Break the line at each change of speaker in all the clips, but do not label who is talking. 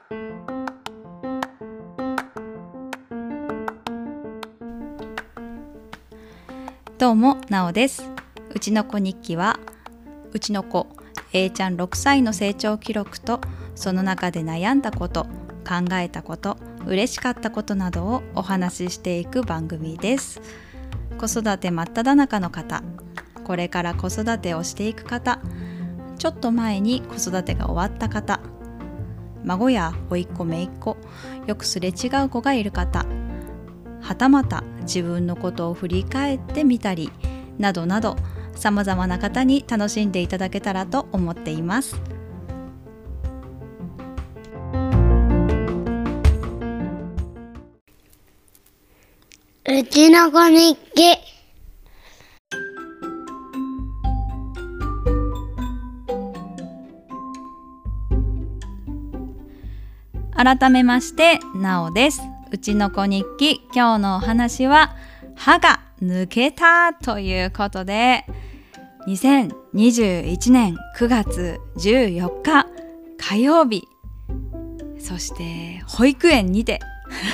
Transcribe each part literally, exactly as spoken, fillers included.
どうも、なおです。うちの子日記は、うちの子 A ちゃんろくさいの成長記録と、その中で悩んだこと、考えたこと、嬉しかったことなどをお話ししていく番組です。子育て真っ只中の方、これから子育てをしていく方、ちょっと前に子育てが終わった方、孫や甥っ子姪っ子、よくすれ違う子がいる方、はたまた自分のことを振り返ってみたりなどなど、さまざまな方に楽しんでいただけたらと思っています。
うちの子日記。
改めまして、なおです。うちの子日記、今日のお話は歯が抜けたということで、にせんにじゅういちねんくがつじゅうよっか火曜日、そして保育園にて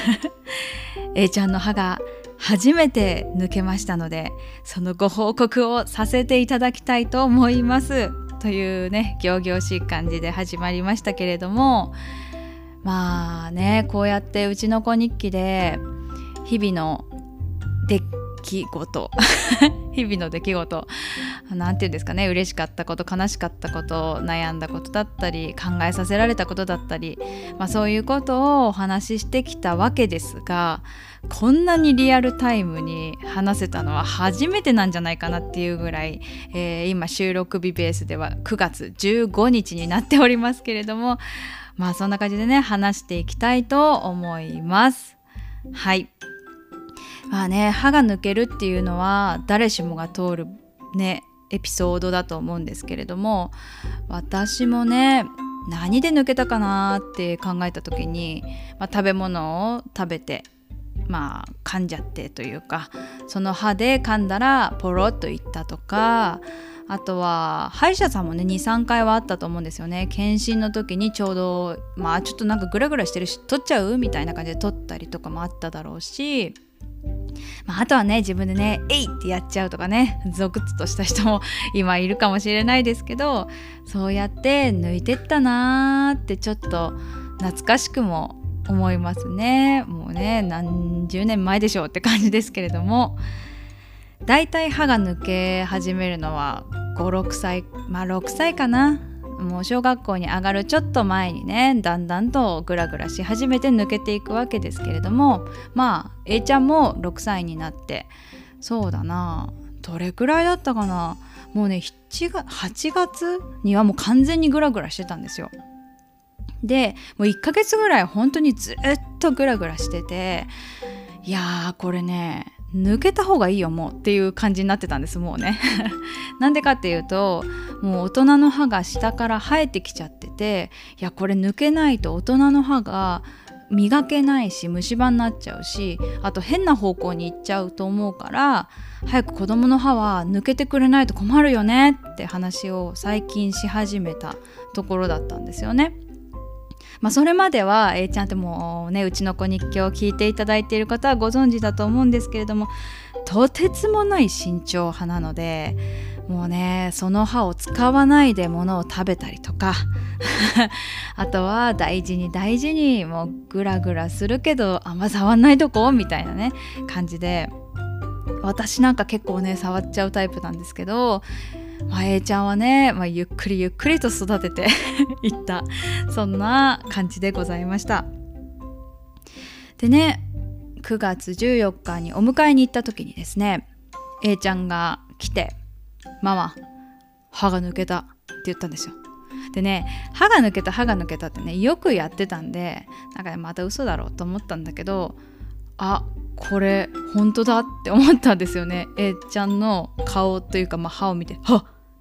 A ちゃんの歯が初めて抜けましたので、そのご報告をさせていただきたいと思いますというね、仰々しい感じで始まりましたけれども、まあね、こうやってうちの子日記で日々の出来事日々の出来事なんていうんですかね、嬉しかったこと、悲しかったこと、悩んだことだったり、考えさせられたことだったり、まあ、そういうことをお話ししてきたわけですが、こんなにリアルタイムに話せたのは初めてなんじゃないかなっていうぐらい、えー、今収録日ベースではくがつじゅうごにちになっておりますけれども、まあそんな感じでね、話していきたいと思います。はい。まあね、歯が抜けるっていうのは誰しもが通るね、エピソードだと思うんですけれども、私もね、何で抜けたかなって考えた時に、まあ、食べ物を食べて、まあ噛んじゃってというか、その歯で噛んだらポロッといったとか、あとは歯医者さんもね にさんかいはあったと思うんですよね。検診の時にちょうどまあちょっとなんかグラグラしてるし取っちゃうみたいな感じで取ったりとかもあっただろうし、まあ、あとはね、自分でねえいってやっちゃうとかね、ゾクッとした人も今いるかもしれないですけど、そうやって抜いてったなーってちょっと懐かしくも思いますね。もうね、何十年前でしょうって感じですけれども、だいたい歯が抜け始めるのはご、ろくさい、まあろくさいかな。もう小学校に上がるちょっと前にね、だんだんとグラグラし始めて抜けていくわけですけれども、まあ A ちゃんもろくさいになって、そうだな、どれくらいだったかな、もうねしちがつはちがつにはもう完全にグラグラしてたんですよ。でもういっかげつぐらい本当にずっとグラグラしてて、いやーこれね抜けた方がいいよもうっていう感じになってたんです。もうねなんでかっていうと、もう大人の歯が下から生えてきちゃってて、いやこれ抜けないと大人の歯が磨けないし虫歯になっちゃうし、あと変な方向に行っちゃうと思うから、早く子供の歯は抜けてくれないと困るよねって話を最近し始めたところだったんですよね。まあ、それまでは A ちゃんってもうね、うちの子日記を聞いていただいている方はご存知だと思うんですけれども、とてつもない慎重派なので、もうねその歯を使わないで物を食べたりとかあとは大事に大事にもうグラグラするけどあんま触んないとこみたいなね感じで、私なんか結構ね触っちゃうタイプなんですけど、まあ、A ちゃんはね、まあ、ゆっくりゆっくりと育てていったそんな感じでございました。でね、くがつじゅうよっかにお迎えに行った時にですね、 A ちゃんが来て、ママ歯が抜けたって言ったんですよ。でね、歯が抜けた歯が抜けたってねよくやってたんで、なんかねまた嘘だろうと思ったんだけど、あ、これ本当だって思ったんですよね。 A ちゃんの顔というか、まあ、歯を見て、はっ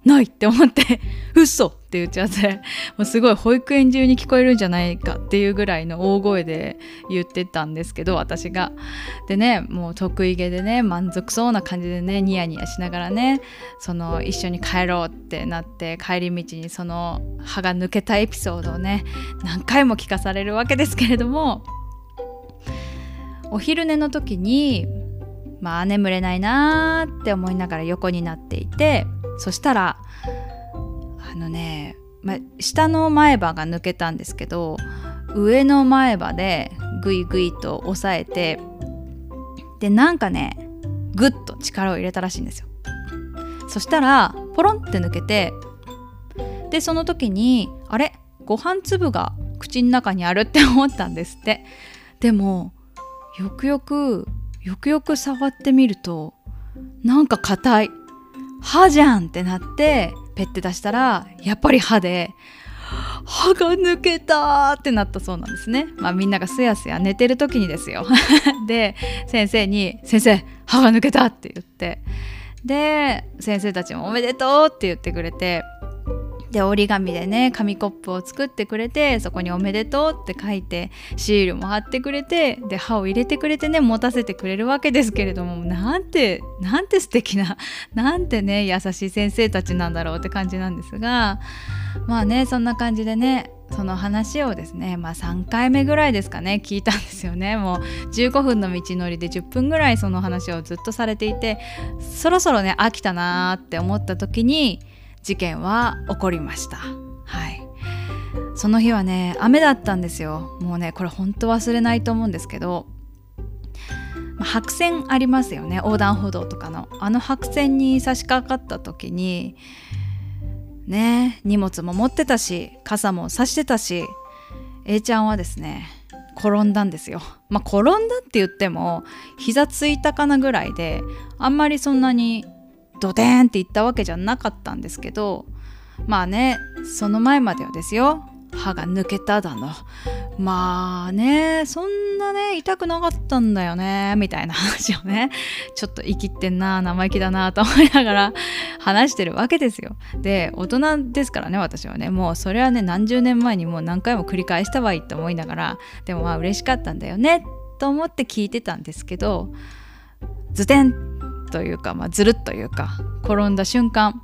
ないって思って嘘って言っちゃって、もうすごい保育園中に聞こえるんじゃないかっていうぐらいの大声で言ってたんですけど、私がでね、もう得意げでね、満足そうな感じでね、ニヤニヤしながらね、その一緒に帰ろうってなって、帰り道にその歯が抜けたエピソードをね何回も聞かされるわけですけれども、お昼寝の時にまあ眠れないなーって思いながら横になっていて、そしたらあのね、ま、下の前歯が抜けたんですけど、上の前歯でグイグイと押さえて、でなんかねグッと力を入れたらしいんですよ。そしたらポロンって抜けて、でその時にあれご飯粒が口の中にあるって思ったんですって。でもよくよくよくよく触ってみるとなんか硬い歯じゃんってなって、ペッて出したらやっぱり歯で、歯が抜けたってなったそうなんですね。まあみんながすやすや寝てる時にですよで先生に先生歯が抜けたって言って、で先生たちもおめでとうって言ってくれて、で折り紙でね紙コップを作ってくれて、そこにおめでとうって書いてシールも貼ってくれて、で歯を入れてくれてね持たせてくれるわけですけれども、なんてなんて素敵ななんてね優しい先生たちなんだろうって感じなんですが、まあねそんな感じでね、その話をですね、まあさんかいめぐらいですかね聞いたんですよね。もうじゅうごふんの道のりでじゅっぷんぐらいその話をずっとされていて、そろそろね飽きたなって思った時に事件は起こりました。はい。その日はね雨だったんですよ。もうねこれ本当忘れないと思うんですけど、白線ありますよね、横断歩道とかの。あの白線に差し掛かった時にね、荷物も持ってたし傘も差してたし、A ちゃんはですね転んだんですよ。まあ転んだって言っても膝ついたかなぐらいで、あんまりそんなにドデーンっていったわけじゃなかったんですけど、まあねその前まではですよ、歯が抜けただの、まあねそんなね痛くなかったんだよねみたいな話をね、ちょっと生きってんな生意気だなと思いながら話してるわけですよ。で大人ですからね私はね、もうそれはね何十年前にもう何回も繰り返したわいって思いながら、でもまあ嬉しかったんだよねと思って聞いてたんですけど、ズテンというか、まあ、ずるっというか転んだ瞬間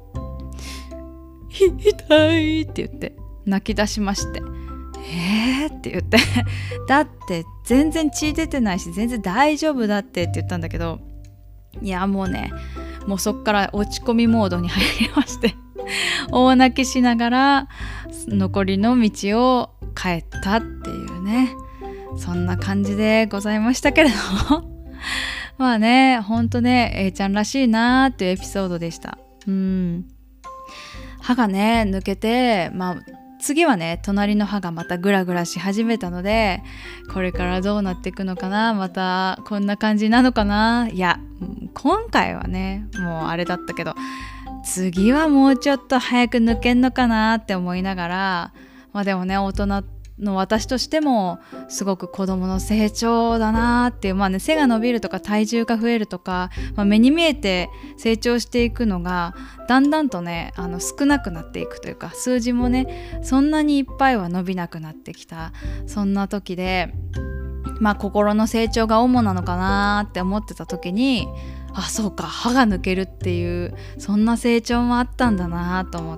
痛いって言って泣き出しまして、えーって言ってだって全然血出てないし全然大丈夫だってって言ったんだけど、いやもうねもうそっから落ち込みモードに入りまして大泣きしながら残りの道を帰ったっていうね、そんな感じでございましたけれどもまあねほんとね A ちゃんらしいなーっていうエピソードでした。うん、歯がね抜けて、まあ次はね隣の歯がまたグラグラし始めたので、これからどうなっていくのかな、またこんな感じなのかな。いや今回はねもうあれだったけど、次はもうちょっと早く抜けんのかなって思いながら、まあでもね大人の私としてもすごく子供の成長だなっていう、まあね背が伸びるとか体重が増えるとか、まあ、目に見えて成長していくのがだんだんとねあの少なくなっていくというか、数字もねそんなにいっぱいは伸びなくなってきた、そんな時で、まあ心の成長が主なのかなって思ってた時に、あそうか歯が抜けるっていうそんな成長もあったんだなと思って、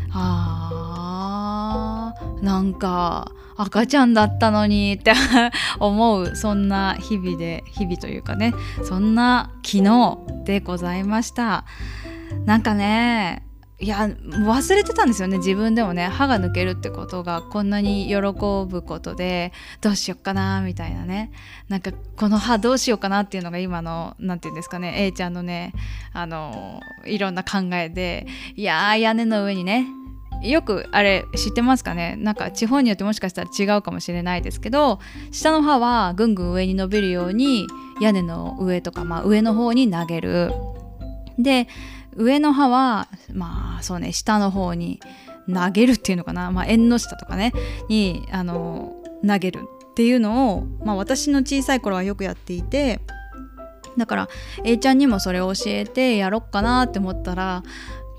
あーなんか赤ちゃんだったのにって思う、そんな日々で日々というかね、そんな昨日でございました。なんかねいや忘れてたんですよね、自分でもね歯が抜けるってことがこんなに喜ぶことで、どうしよっかなみたいなね、なんかこの歯どうしようかなっていうのが今のなんていうんですかね A ちゃんのねあのいろんな考えで、いやー屋根の上にね、よくあれ知ってますかね、なんか地方によってもしかしたら違うかもしれないですけど、下の歯はぐんぐん上に伸びるように屋根の上とか、まあ、上の方に投げる。で上の歯はまあそうね下の方に投げるっていうのかな、まあ、縁の下とかねにあの投げるっていうのを、まあ、私の小さい頃はよくやっていて、だから A ちゃんにもそれを教えてやろっかなって思ったら、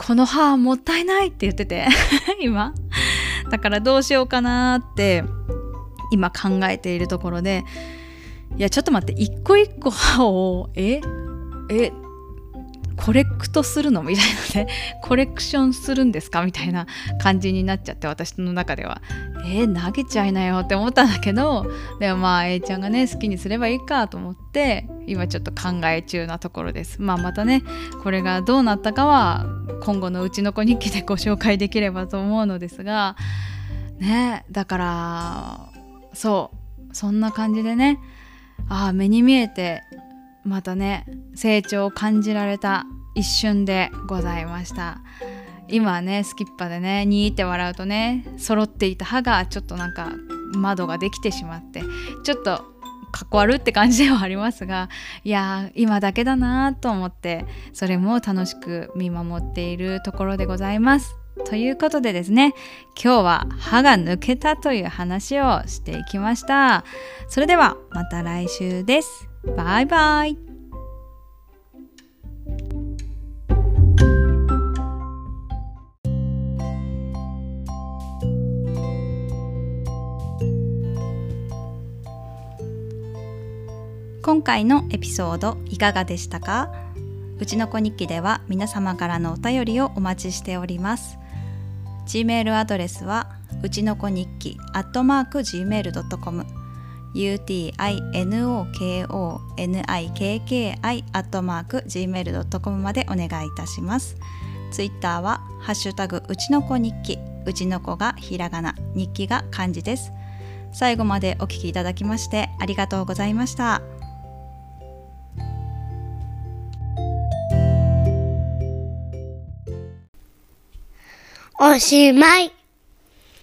この歯もったいないって言ってて今だからどうしようかなって今考えているところで、いやちょっと待って、一個一個歯をええコレクトするのみたいなね、コレクションするんですかみたいな感じになっちゃって、私の中ではえー、投げちゃいなよって思ったんだけど、でもまあ A ちゃんがね好きにすればいいかと思って今ちょっと考え中なところです。まあまたねこれがどうなったかは今後のうちの子日記でご紹介できればと思うのですがね、だからそうそんな感じでね、ああ目に見えてまたね成長を感じられた一瞬でございました。今はねスキッパでねニーって笑うとね揃っていた歯がちょっとなんか窓ができてしまってちょっとかっこ悪って感じではありますが、いや今だけだなと思ってそれも楽しく見守っているところでございます。ということでですね、今日は歯が抜けたという話をしていきました。それではまた来週です。バイバイ。今回のエピソードいかがでしたか？うちの子日記では皆様からのお便りをお待ちしております。Gmail アドレスはうちの子日記アットマーク ジーメールドットコム ユーティーアイエヌオーケーオーエヌアイケーケーアイ アットマーク ジーメールドットコム までお願いいたします。ツイッターはハッシュタグうちの子日記、うちの子がひらがな、日記が漢字です。最後までお聞きいただきましてありがとうございました。
おしまい。